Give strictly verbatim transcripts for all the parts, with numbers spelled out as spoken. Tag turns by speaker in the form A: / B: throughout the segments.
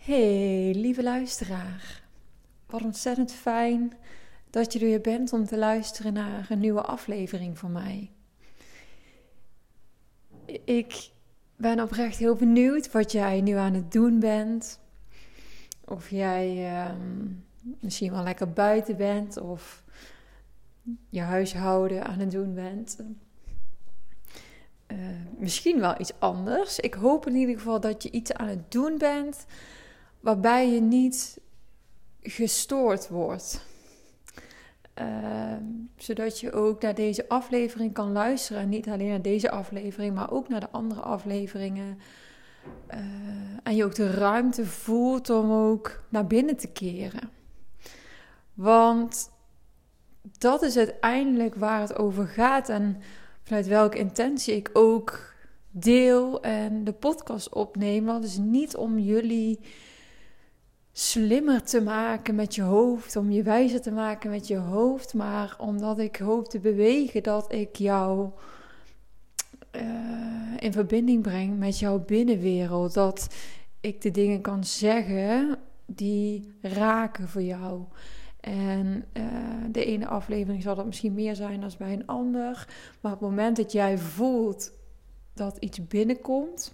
A: Hey, lieve luisteraar. Wat ontzettend fijn dat je er weer bent om te luisteren naar een nieuwe aflevering van mij. Ik ben oprecht heel benieuwd wat jij nu aan het doen bent. Of jij uh, misschien wel lekker buiten bent of je huishouden aan het doen bent. Uh, misschien wel iets anders. Ik hoop in ieder geval dat je iets aan het doen bent waarbij je niet gestoord wordt. Uh, zodat je ook naar deze aflevering kan luisteren. En niet alleen naar deze aflevering, maar ook naar de andere afleveringen. Uh, en je ook de ruimte voelt om ook naar binnen te keren. Want dat is uiteindelijk waar het over gaat. En vanuit welke intentie ik ook deel en de podcast opneem. Dat is niet om jullie slimmer te maken met je hoofd, om je wijzer te maken met je hoofd, maar omdat ik hoop te bewegen dat ik jou uh, in verbinding breng met jouw binnenwereld, dat ik de dingen kan zeggen die raken voor jou. En uh, de ene aflevering zal dat misschien meer zijn dan bij een ander, maar op het moment dat jij voelt dat iets binnenkomt,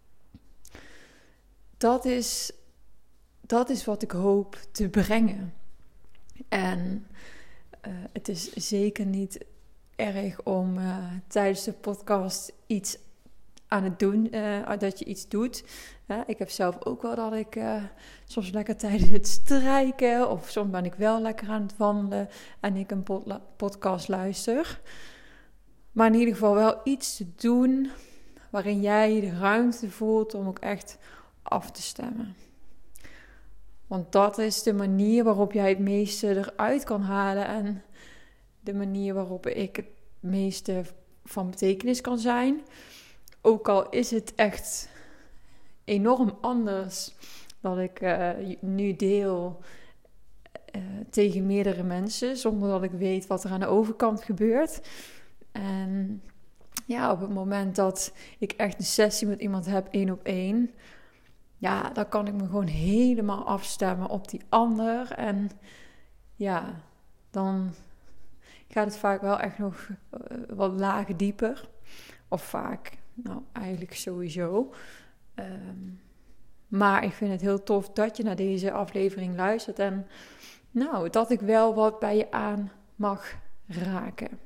A: dat is Dat is wat ik hoop te brengen. En uh, het is zeker niet erg om uh, tijdens de podcast iets aan het doen, uh, dat je iets doet. Uh, ik heb zelf ook wel dat ik uh, soms lekker tijdens het strijken, of soms ben ik wel lekker aan het wandelen en ik een pod- podcast luister. Maar in ieder geval wel iets te doen waarin jij de ruimte voelt om ook echt af te stemmen. Want dat is de manier waarop jij het meeste eruit kan halen. En de manier waarop ik het meeste van betekenis kan zijn. Ook al is het echt enorm anders dat ik uh, nu deel uh, tegen meerdere mensen. Zonder dat ik weet wat er aan de overkant gebeurt. En ja, op het moment dat ik echt een sessie met iemand heb, één op één, ja, dan kan ik me gewoon helemaal afstemmen op die ander. En ja, dan gaat het vaak wel echt nog uh, wat lagen dieper. Of vaak, nou eigenlijk sowieso. Um, maar ik vind het heel tof dat je naar deze aflevering luistert. En nou, dat ik wel wat bij je aan mag raken.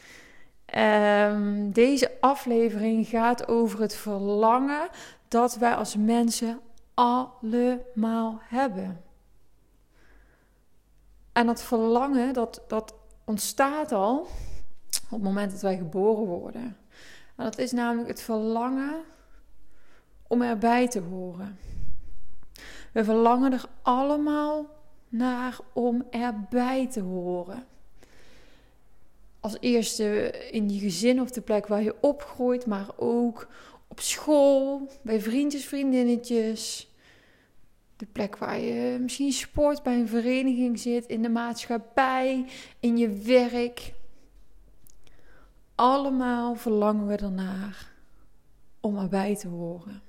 A: Um, deze aflevering gaat over het verlangen dat wij als mensen allemaal hebben. En dat verlangen, dat, dat ontstaat al op het moment dat wij geboren worden. En dat is namelijk het verlangen om erbij te horen. We verlangen er allemaal naar om erbij te horen. Als eerste in je gezin of de plek waar je opgroeit, maar ook op school, bij vriendjes, vriendinnetjes. De plek waar je misschien sport, bij een vereniging zit, in de maatschappij, in je werk. Allemaal verlangen we ernaar om erbij te horen.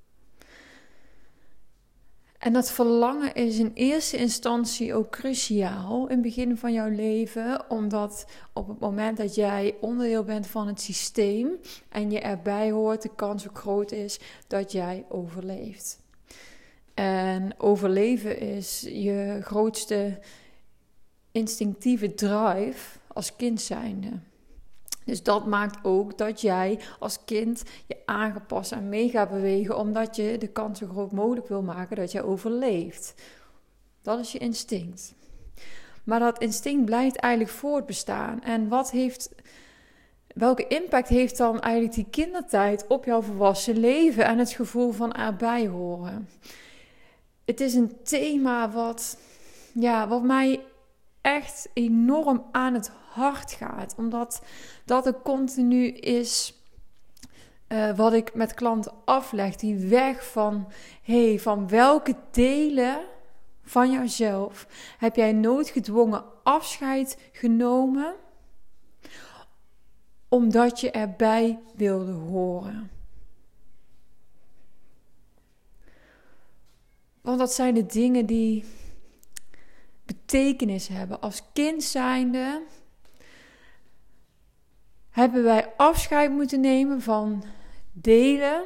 A: En dat verlangen is in eerste instantie ook cruciaal in het begin van jouw leven, omdat op het moment dat jij onderdeel bent van het systeem en je erbij hoort, de kans ook groot is dat jij overleeft. En overleven is je grootste instinctieve drive als kind zijnde. Dus dat maakt ook dat jij als kind je aangepast en mee gaat bewegen, omdat je de kans zo groot mogelijk wil maken dat je overleeft. Dat is je instinct. Maar dat instinct blijft eigenlijk voortbestaan. En wat heeft, welke impact heeft dan eigenlijk die kindertijd op jouw volwassen leven en het gevoel van erbij horen? Het is een thema wat, ja, wat mij echt enorm aan het hart gaat. Omdat dat er continu is uh, wat ik met klanten afleg. Die weg van, hey, van welke delen van jouzelf heb jij noodgedwongen afscheid genomen omdat je erbij wilde horen. Want dat zijn de dingen die betekenis hebben. Als kind zijnde hebben wij afscheid moeten nemen van delen.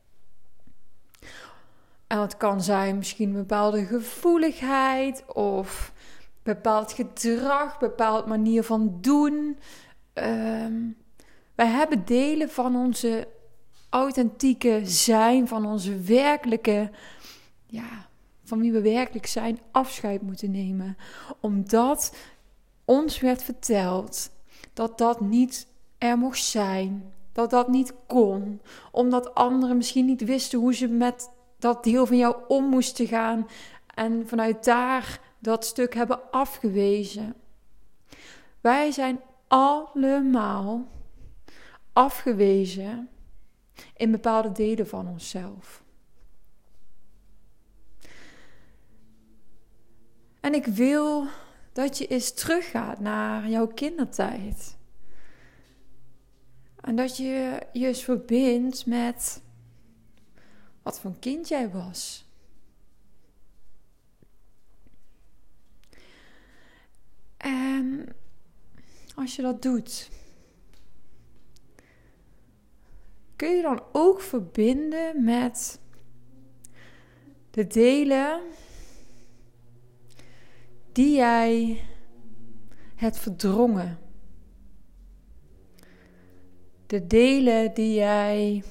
A: En dat kan zijn misschien een bepaalde gevoeligheid of bepaald gedrag, bepaald manier van doen. Um, wij hebben delen van onze authentieke zijn, van onze werkelijke, ja, van wie we werkelijk zijn, afscheid moeten nemen. Omdat ons werd verteld dat dat niet er mocht zijn, dat dat niet kon, omdat anderen misschien niet wisten hoe ze met dat deel van jou om moesten gaan en vanuit daar dat stuk hebben afgewezen. Wij zijn allemaal afgewezen in bepaalde delen van onszelf. En ik wil dat je eens teruggaat naar jouw kindertijd. En dat je je eens verbindt met wat voor kind jij was. En als je dat doet, kun je dan ook verbinden met de delen die jij hebt verdrongen. De delen die jij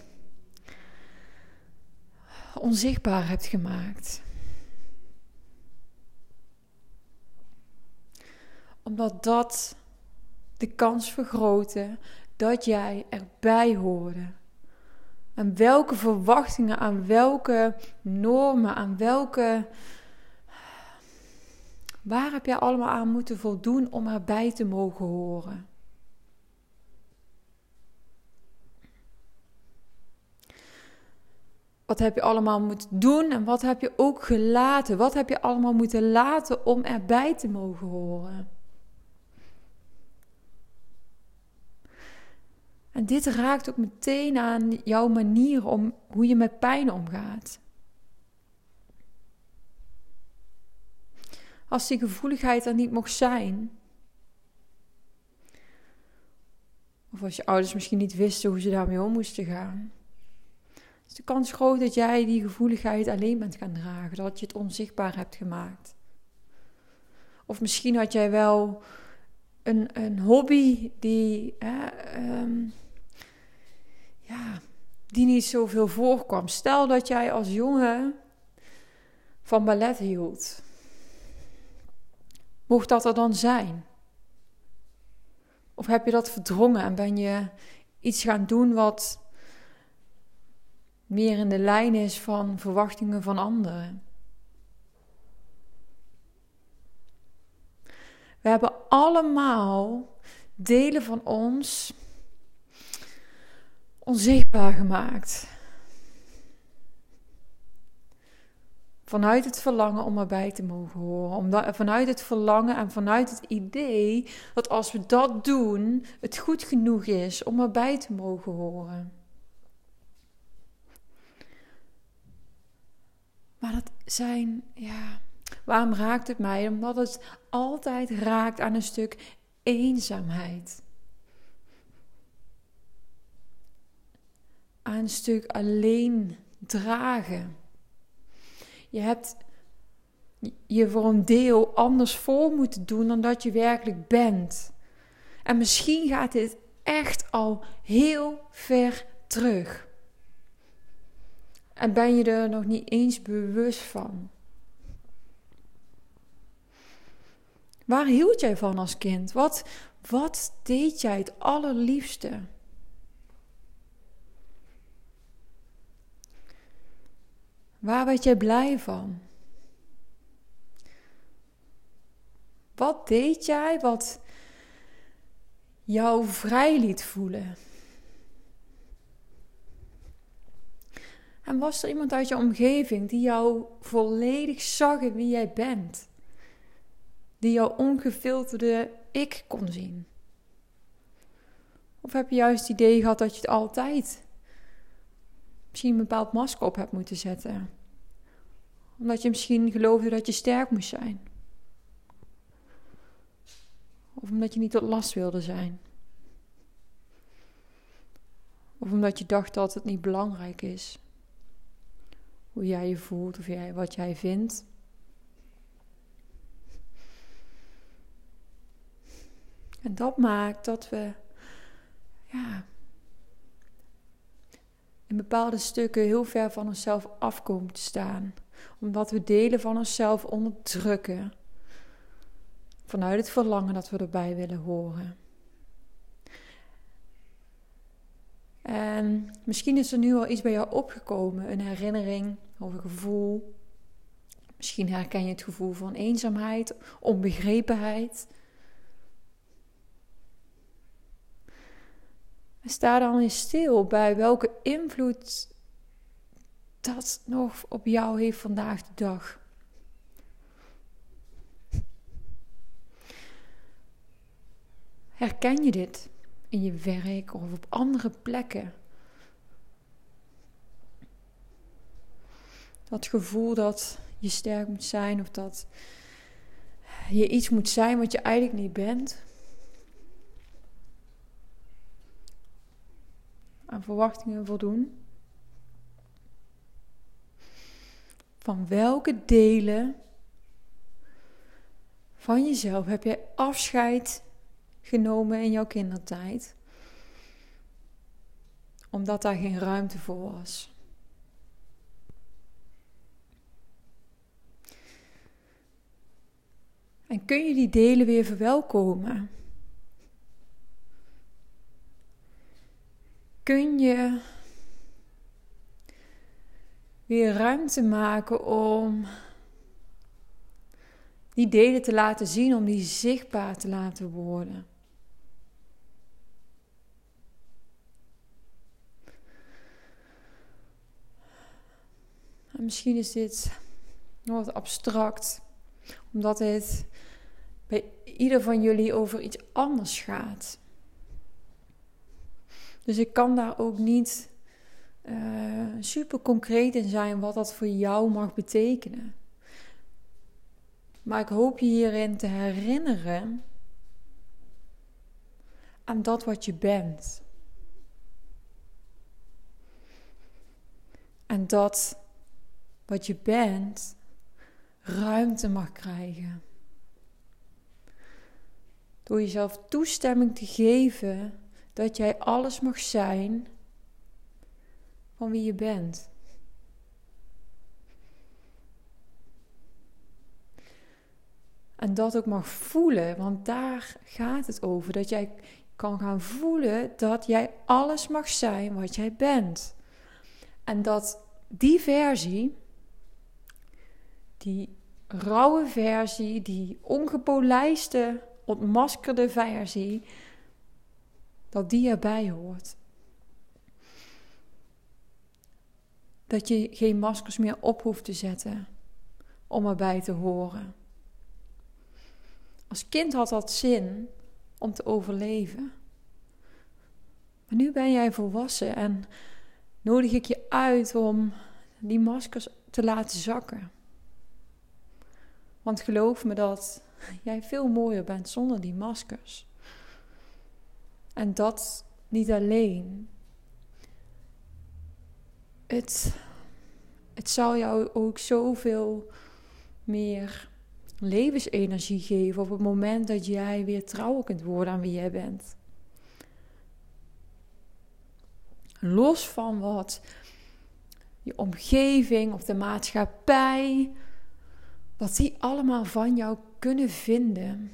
A: onzichtbaar hebt gemaakt. Omdat dat de kans vergrootte dat jij erbij hoorde. Aan welke verwachtingen, aan welke normen, aan welke... Waar heb jij allemaal aan moeten voldoen om erbij te mogen horen? Wat heb je allemaal moeten doen en wat heb je ook gelaten? Wat heb je allemaal moeten laten om erbij te mogen horen? En dit raakt ook meteen aan jouw manier om hoe je met pijn omgaat. Als die gevoeligheid er niet mocht zijn, of als je ouders misschien niet wisten hoe ze daarmee om moesten gaan, is de kans groot dat jij die gevoeligheid alleen bent gaan dragen, dat je het onzichtbaar hebt gemaakt. Of misschien had jij wel een, een hobby die, hè, um, ja, die niet zoveel voorkwam. Stel dat jij als jongen van ballet hield. Mocht dat er dan zijn? Of heb je dat verdrongen en ben je iets gaan doen wat meer in de lijn is van verwachtingen van anderen? We hebben allemaal delen van ons onzichtbaar gemaakt. Vanuit het verlangen om erbij te mogen horen. Omdat, vanuit het verlangen en vanuit het idee dat als we dat doen, het goed genoeg is om erbij te mogen horen. Maar dat zijn, ja, waarom raakt het mij? Omdat het altijd raakt aan een stuk eenzaamheid. Aan een stuk alleen dragen. Je hebt je voor een deel anders voor moeten doen dan dat je werkelijk bent. En misschien gaat dit echt al heel ver terug. En ben je er nog niet eens bewust van. Waar hield jij van als kind? Wat, wat deed jij het allerliefste? Waar werd jij blij van? Wat deed jij wat jou vrij liet voelen? En was er iemand uit je omgeving die jou volledig zag in wie jij bent? Die jouw ongefilterde ik kon zien? Of heb je juist het idee gehad dat je het altijd misschien een bepaald masker op hebt moeten zetten? Omdat je misschien geloofde dat je sterk moest zijn. Of omdat je niet tot last wilde zijn. Of omdat je dacht dat het niet belangrijk is. Hoe jij je voelt of jij, wat jij vindt. En dat maakt dat we ja, in bepaalde stukken heel ver van onszelf afkomen te staan. Omdat we delen van onszelf onderdrukken. Vanuit het verlangen dat we erbij willen horen. En misschien is er nu al iets bij jou opgekomen. Een herinnering of een gevoel. Misschien herken je het gevoel van eenzaamheid, onbegrepenheid. En sta dan eens stil bij welke invloed dat nog op jou heeft vandaag de dag. Herken je dit in je werk of op andere plekken? Dat gevoel dat je sterk moet zijn of dat je iets moet zijn wat je eigenlijk niet bent. Aan verwachtingen voldoen. Van welke delen van jezelf heb jij afscheid genomen in jouw kindertijd? Omdat daar geen ruimte voor was. En kun je die delen weer verwelkomen? Kun je weer ruimte maken om die delen te laten zien, om die zichtbaar te laten worden? En misschien is dit nog wat abstract, omdat het bij ieder van jullie over iets anders gaat. Dus ik kan daar ook niet uh, super concreet in zijn wat dat voor jou mag betekenen. Maar ik hoop je hierin te herinneren aan dat wat je bent. En dat wat je bent ruimte mag krijgen. Door jezelf toestemming te geven dat jij alles mag zijn van wie je bent. En dat ook mag voelen, want daar gaat het over. Dat jij kan gaan voelen dat jij alles mag zijn wat jij bent. En dat die versie, die rauwe versie, die ongepolijste, ontmaskerde versie, dat die erbij hoort. Dat je geen maskers meer op hoeft te zetten om erbij te horen. Als kind had dat zin om te overleven. Maar nu ben jij volwassen en nodig ik je uit om die maskers te laten zakken. Want geloof me dat jij veel mooier bent zonder die maskers. En dat niet alleen. Het, het zal jou ook zoveel meer levensenergie geven op het moment dat jij weer trouw kunt worden aan wie jij bent. Los van wat je omgeving of de maatschappij, wat die allemaal van jou kunnen vinden.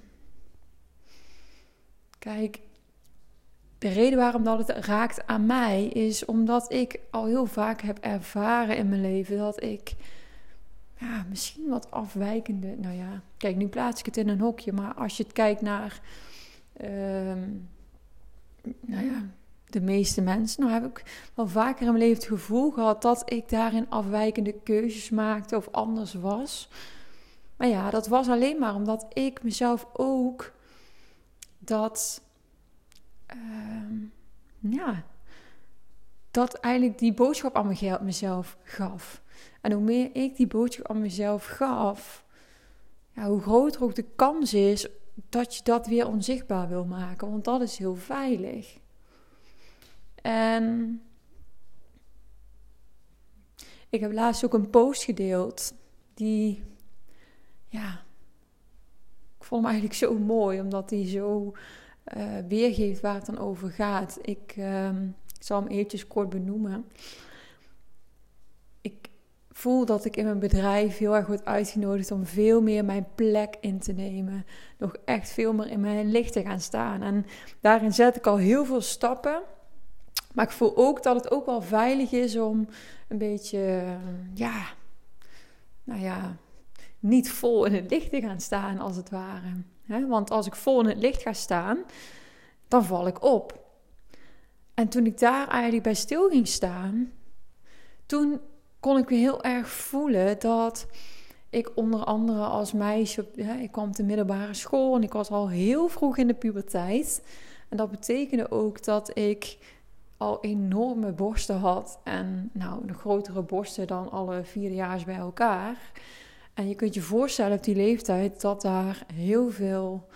A: Kijk, de reden waarom dat het raakt aan mij is omdat ik al heel vaak heb ervaren in mijn leven dat ik ja, misschien wat afwijkende, nou ja, kijk, nu plaats ik het in een hokje, maar als je het kijkt naar, um, nou ja, de meeste mensen, nou heb ik wel vaker in mijn leven het gevoel gehad dat ik daarin afwijkende keuzes maakte of anders was. Maar ja, dat was alleen maar omdat ik mezelf ook dat, um, ja, dat eigenlijk die boodschap aan mezelf gaf. En hoe meer ik die boodschap aan mezelf gaf, ja, hoe groter ook de kans is dat je dat weer onzichtbaar wil maken. Want dat is heel veilig. En ik heb laatst ook een post gedeeld die, ja, ik vond hem eigenlijk zo mooi, omdat die zo uh, weergeeft waar het dan over gaat. Ik, uh, ik zal hem eventjes kort benoemen. Ik voel dat ik in mijn bedrijf heel erg word uitgenodigd om veel meer mijn plek in te nemen. Nog echt veel meer in mijn licht te gaan staan. En daarin zet ik al heel veel stappen. Maar ik voel ook dat het ook wel veilig is om een beetje, ja, nou ja, niet vol in het licht te gaan staan als het ware. He, want als ik vol in het licht ga staan, dan val ik op. En toen ik daar eigenlijk bij stil ging staan, toen kon ik weer heel erg voelen dat ik onder andere als meisje, ja, ik kwam op de middelbare school en ik was al heel vroeg in de puberteit. En dat betekende ook dat ik al enorme borsten had. En nou, de grotere borsten dan alle vierdejaars bij elkaar. En je kunt je voorstellen op die leeftijd dat daar heel veel,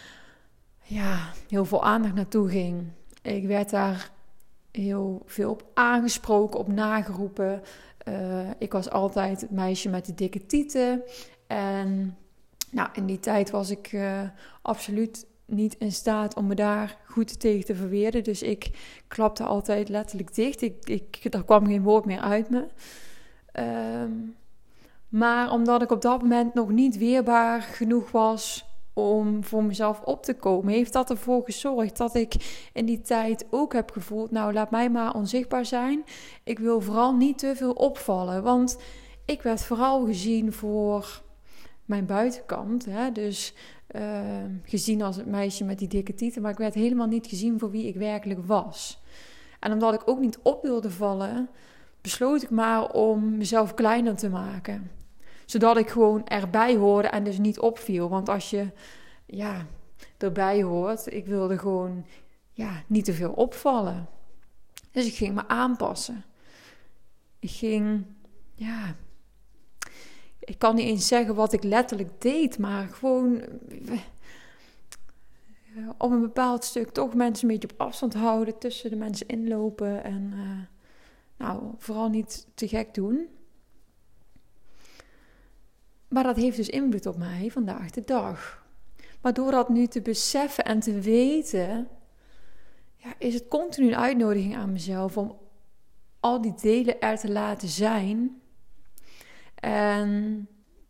A: ja, heel veel aandacht naartoe ging. Ik werd daar heel veel op aangesproken, op nageroepen. Uh, ik was altijd het meisje met de dikke tieten. En nou, in die tijd was ik uh, absoluut niet in staat om me daar goed tegen te verweren. Dus ik klapte altijd letterlijk dicht. Ik, ik, er kwam geen woord meer uit me. Um, maar omdat ik op dat moment nog niet weerbaar genoeg was om voor mezelf op te komen, heeft dat ervoor gezorgd dat ik in die tijd ook heb gevoeld, nou, laat mij maar onzichtbaar zijn. Ik wil vooral niet te veel opvallen, want ik werd vooral gezien voor mijn buitenkant. Hè? Dus uh, gezien als het meisje met die dikke tieten, maar ik werd helemaal niet gezien voor wie ik werkelijk was. En omdat ik ook niet op wilde vallen, besloot ik maar om mezelf kleiner te maken. Zodat ik gewoon erbij hoorde en dus niet opviel. Want als je ja, erbij hoort, ik wilde gewoon ja, niet te veel opvallen. Dus ik ging me aanpassen. Ik ging, ja, ik kan niet eens zeggen wat ik letterlijk deed, maar gewoon op een bepaald stuk toch mensen een beetje op afstand houden, tussen de mensen inlopen en uh, nou, vooral niet te gek doen. Maar dat heeft dus invloed op mij vandaag de dag. Maar door dat nu te beseffen en te weten, ja, is het continu een uitnodiging aan mezelf om al die delen er te laten zijn. En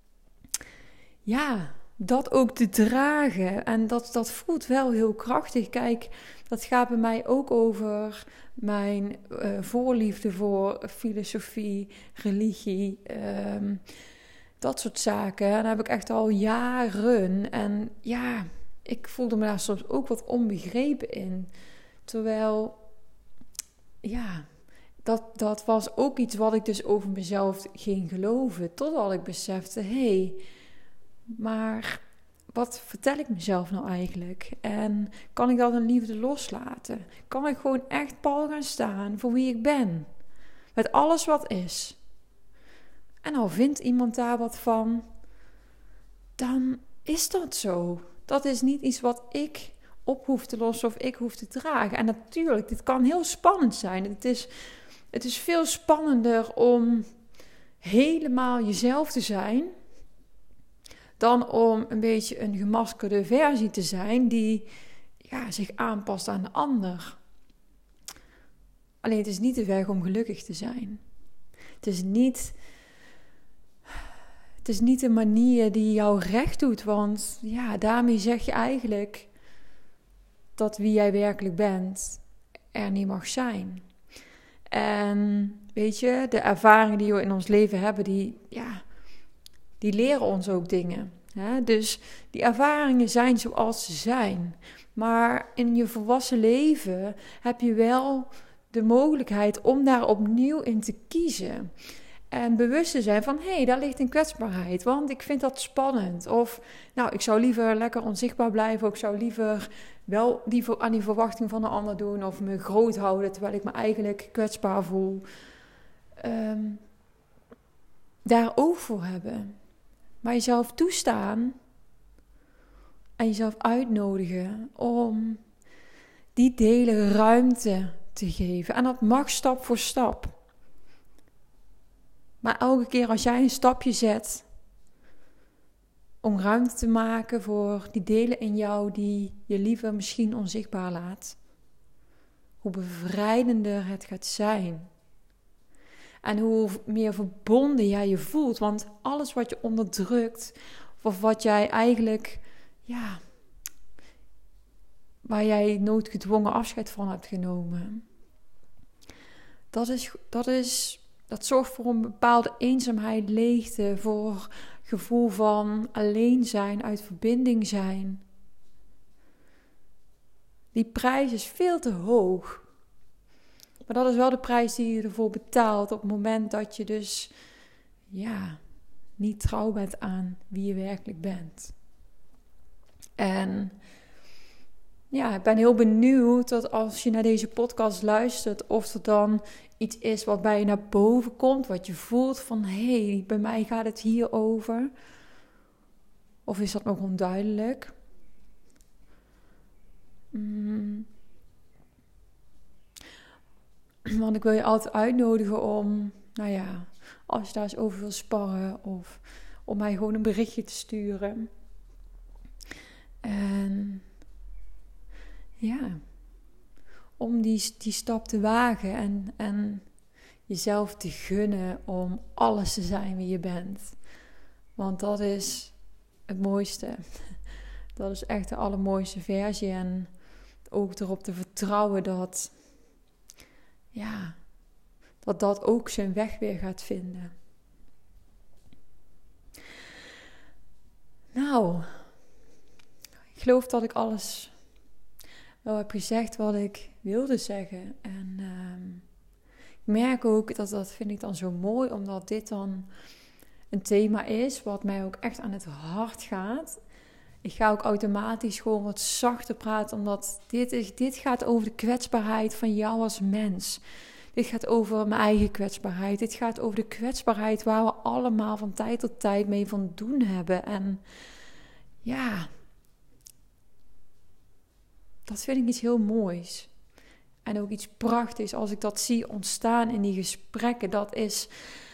A: ja, dat ook te dragen. En dat, dat voelt wel heel krachtig. Kijk, dat gaat bij mij ook over mijn uh, voorliefde voor filosofie, religie, um, dat soort zaken. En daar heb ik echt al jaren. En ja, ik voelde me daar soms ook wat onbegrepen in. Terwijl, ja, dat, dat was ook iets wat ik dus over mezelf ging geloven. Totdat ik besefte, hé, hey, maar wat vertel ik mezelf nou eigenlijk? En kan ik dat in liefde loslaten? Kan ik gewoon echt pal gaan staan voor wie ik ben? Met alles wat is. En al vindt iemand daar wat van, dan is dat zo. Dat is niet iets wat ik op hoef te lossen of ik hoef te dragen. En natuurlijk, dit kan heel spannend zijn. Het is, het is veel spannender om helemaal jezelf te zijn dan om een beetje een gemaskerde versie te zijn die ja, zich aanpast aan de ander. Alleen het is niet de weg om gelukkig te zijn. Het is niet, het is niet een manier die jou recht doet, want ja, daarmee zeg je eigenlijk dat wie jij werkelijk bent er niet mag zijn. En weet je, de ervaringen die we in ons leven hebben, die, ja, die leren ons ook dingen. Hè? Dus die ervaringen zijn zoals ze zijn. Maar in je volwassen leven heb je wel de mogelijkheid om daar opnieuw in te kiezen. En bewust te zijn van, hé, hey, daar ligt een kwetsbaarheid, want ik vind dat spannend. Of, nou, ik zou liever lekker onzichtbaar blijven, of ik zou liever wel die, aan die verwachting van een ander doen, of me groot houden, terwijl ik me eigenlijk kwetsbaar voel. Um, daar oog voor hebben. Maar jezelf toestaan en jezelf uitnodigen om die delen ruimte te geven. En dat mag stap voor stap. Maar elke keer als jij een stapje zet om ruimte te maken voor die delen in jou die je liever misschien onzichtbaar laat, hoe bevrijdender het gaat zijn. En hoe meer verbonden jij je voelt. Want alles wat je onderdrukt, of wat jij eigenlijk, ja, waar jij noodgedwongen afscheid van hebt genomen, dat is, dat is, dat zorgt voor een bepaalde eenzaamheid, leegte, voor gevoel van alleen zijn, uit verbinding zijn. Die prijs is veel te hoog. Maar dat is wel de prijs die je ervoor betaalt op het moment dat je dus, ja, niet trouw bent aan wie je werkelijk bent. En ja, ik ben heel benieuwd dat als je naar deze podcast luistert, of er dan iets is wat bij je naar boven komt, wat je voelt van, hé, hey, bij mij gaat het hier over. Of is dat nog onduidelijk? Mm. Want ik wil je altijd uitnodigen om, nou ja, als je daar eens over wil sparren, of om mij gewoon een berichtje te sturen. En ja, om die, die stap te wagen en, en jezelf te gunnen om alles te zijn wie je bent. Want dat is het mooiste. Dat is echt de allermooiste versie. En ook erop te vertrouwen dat, ja, dat dat ook zijn weg weer gaat vinden. Nou, ik geloof dat ik alles wel heb gezegd wat ik wilde zeggen. En uh, ik merk ook, dat dat vind ik dan zo mooi, omdat dit dan een thema is wat mij ook echt aan het hart gaat. Ik ga ook automatisch gewoon wat zachter praten, omdat dit, is, dit gaat over de kwetsbaarheid van jou als mens. Dit gaat over mijn eigen kwetsbaarheid. Dit gaat over de kwetsbaarheid waar we allemaal van tijd tot tijd mee van doen hebben. En ja, dat vind ik iets heel moois. En ook iets prachtigs als ik dat zie ontstaan in die gesprekken. Dat is,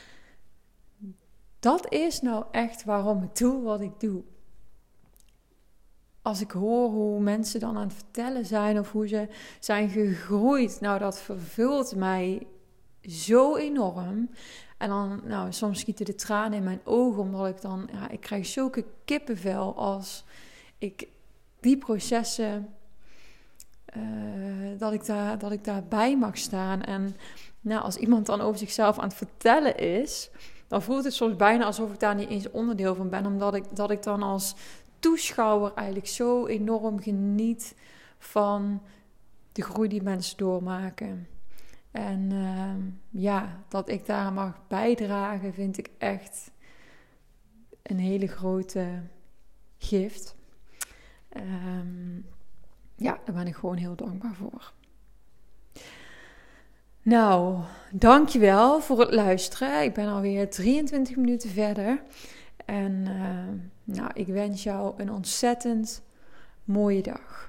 A: dat is nou echt waarom ik doe wat ik doe. Als ik hoor hoe mensen dan aan het vertellen zijn of hoe ze zijn gegroeid, nou dat vervult mij zo enorm. En dan, nou soms schieten de tranen in mijn ogen, omdat ik dan, ja, ik krijg zulke kippenvel als ik die processen, uh, dat ik daar, dat ik daarbij mag staan. En nou, als iemand dan over zichzelf aan het vertellen is, dan voelt het soms bijna alsof ik daar niet eens onderdeel van ben, omdat ik, dat ik dan als toeschouwer eigenlijk zo enorm geniet van de groei die mensen doormaken. En uh, ja, dat ik daar mag bijdragen, vind ik echt een hele grote gift. Um, ja, daar ben ik gewoon heel dankbaar voor. Nou, dankjewel voor het luisteren. Ik ben alweer drieëntwintig minuten verder. En uh, nou, ik wens jou een ontzettend mooie dag.